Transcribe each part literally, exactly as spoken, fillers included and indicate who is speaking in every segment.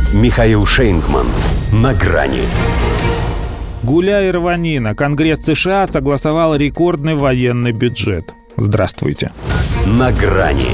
Speaker 1: Михаил Шейнгман. На грани.
Speaker 2: Гуляй рванина. Конгресс США согласовал рекордный военный бюджет. Здравствуйте.
Speaker 1: На грани.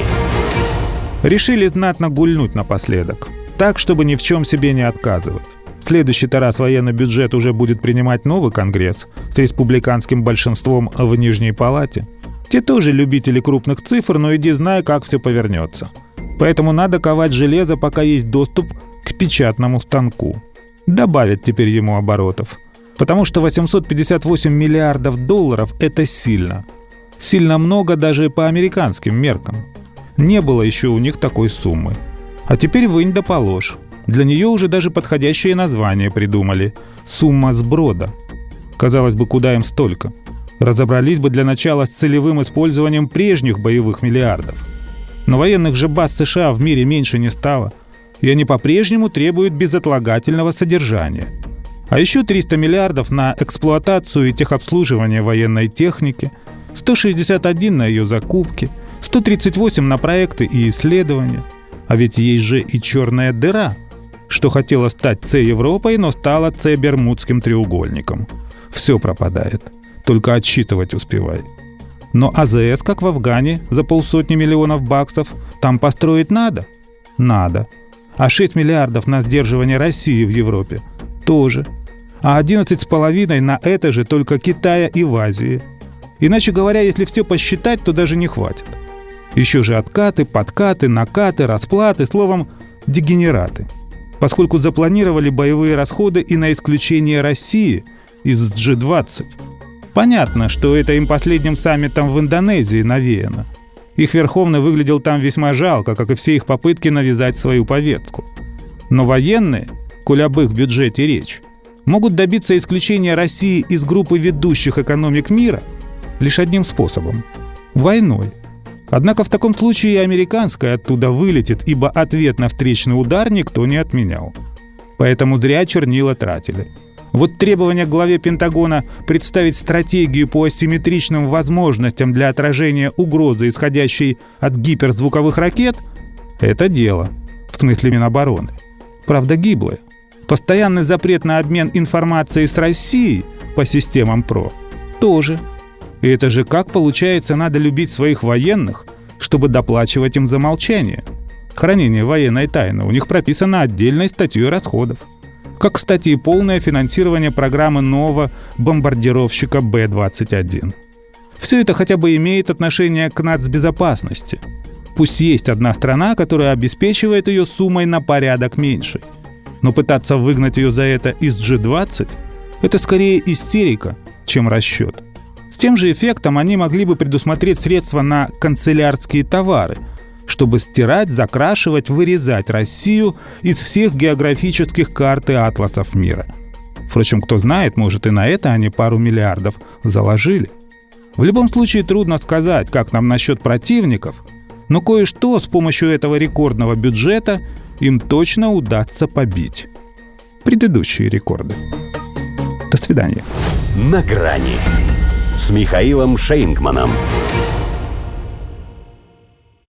Speaker 2: Решили знатно гульнуть напоследок. Так, чтобы ни в чем себе не отказывать. В следующий-то раз военный бюджет уже будет принимать новый Конгресс с республиканским большинством в Нижней Палате. Те тоже любители крупных цифр, но иди знай, как все повернется. Поэтому надо ковать железо, пока есть доступ к печатному станку. Добавят теперь ему оборотов. Потому что восемьсот пятьдесят восемь миллиардов долларов – это сильно. Сильно много даже по американским меркам. Не было еще у них такой суммы. А теперь вынь да положь. Для нее уже даже подходящее название придумали – сумма сброда. Казалось бы, куда им столько? Разобрались бы для начала с целевым использованием прежних боевых миллиардов. Но военных же баз США в мире меньше не стало, и они по-прежнему требуют безотлагательного содержания. А еще триста миллиардов на эксплуатацию и техобслуживание военной техники, сто шестьдесят один на ее закупки, сто тридцать восемь на проекты и исследования. А ведь есть же и черная дыра, что хотела стать С-Европой, но стала С-Бермудским треугольником. Все пропадает, только отсчитывать успевай. Но АЗС, как в Афгане, за полсотни миллионов баксов, там построить надо? Надо. А шесть миллиардов на сдерживание России в Европе? Тоже. А одиннадцать с половиной на это же только Китая и в Азии. Иначе говоря, если все посчитать, то даже не хватит. Еще же откаты, подкаты, накаты, расплаты, словом, дегенераты. Поскольку запланировали боевые расходы и на исключение России из джи двадцать. Понятно, что это им последним саммитом в Индонезии навеяно. Их верховный выглядел там весьма жалко, как и все их попытки навязать свою повестку. Но военные, коль об их бюджете речь, могут добиться исключения России из группы ведущих экономик мира лишь одним способом – войной. Однако в таком случае и американская оттуда вылетит, ибо ответ на встречный удар никто не отменял. Поэтому зря чернила тратили. Вот требование к главе Пентагона представить стратегию по асимметричным возможностям для отражения угрозы, исходящей от гиперзвуковых ракет – это дело, в смысле Минобороны. Правда, гиблое. Постоянный запрет на обмен информацией с Россией по системам ПРО – тоже. И это же как, получается, надо любить своих военных, чтобы доплачивать им за молчание. Хранение военной тайны у них прописано отдельной статьей расходов. Как, кстати, и полное финансирование программы нового бомбардировщика Бэ двадцать один. Все это хотя бы имеет отношение к нацбезопасности. Пусть есть одна страна, которая обеспечивает ее суммой на порядок меньшей. Но пытаться выгнать ее за это из джи двадцать – это скорее истерика, чем расчет. С тем же эффектом они могли бы предусмотреть средства на канцелярские товары, чтобы стирать, закрашивать, вырезать Россию из всех географических карт и атласов мира. Впрочем, кто знает, может и на это они пару миллиардов заложили. В любом случае трудно сказать, как нам насчет противников, но кое-что с помощью этого рекордного бюджета им точно удастся побить. Предыдущие рекорды. До свидания.
Speaker 1: На грани с Михаилом Шейнгманом.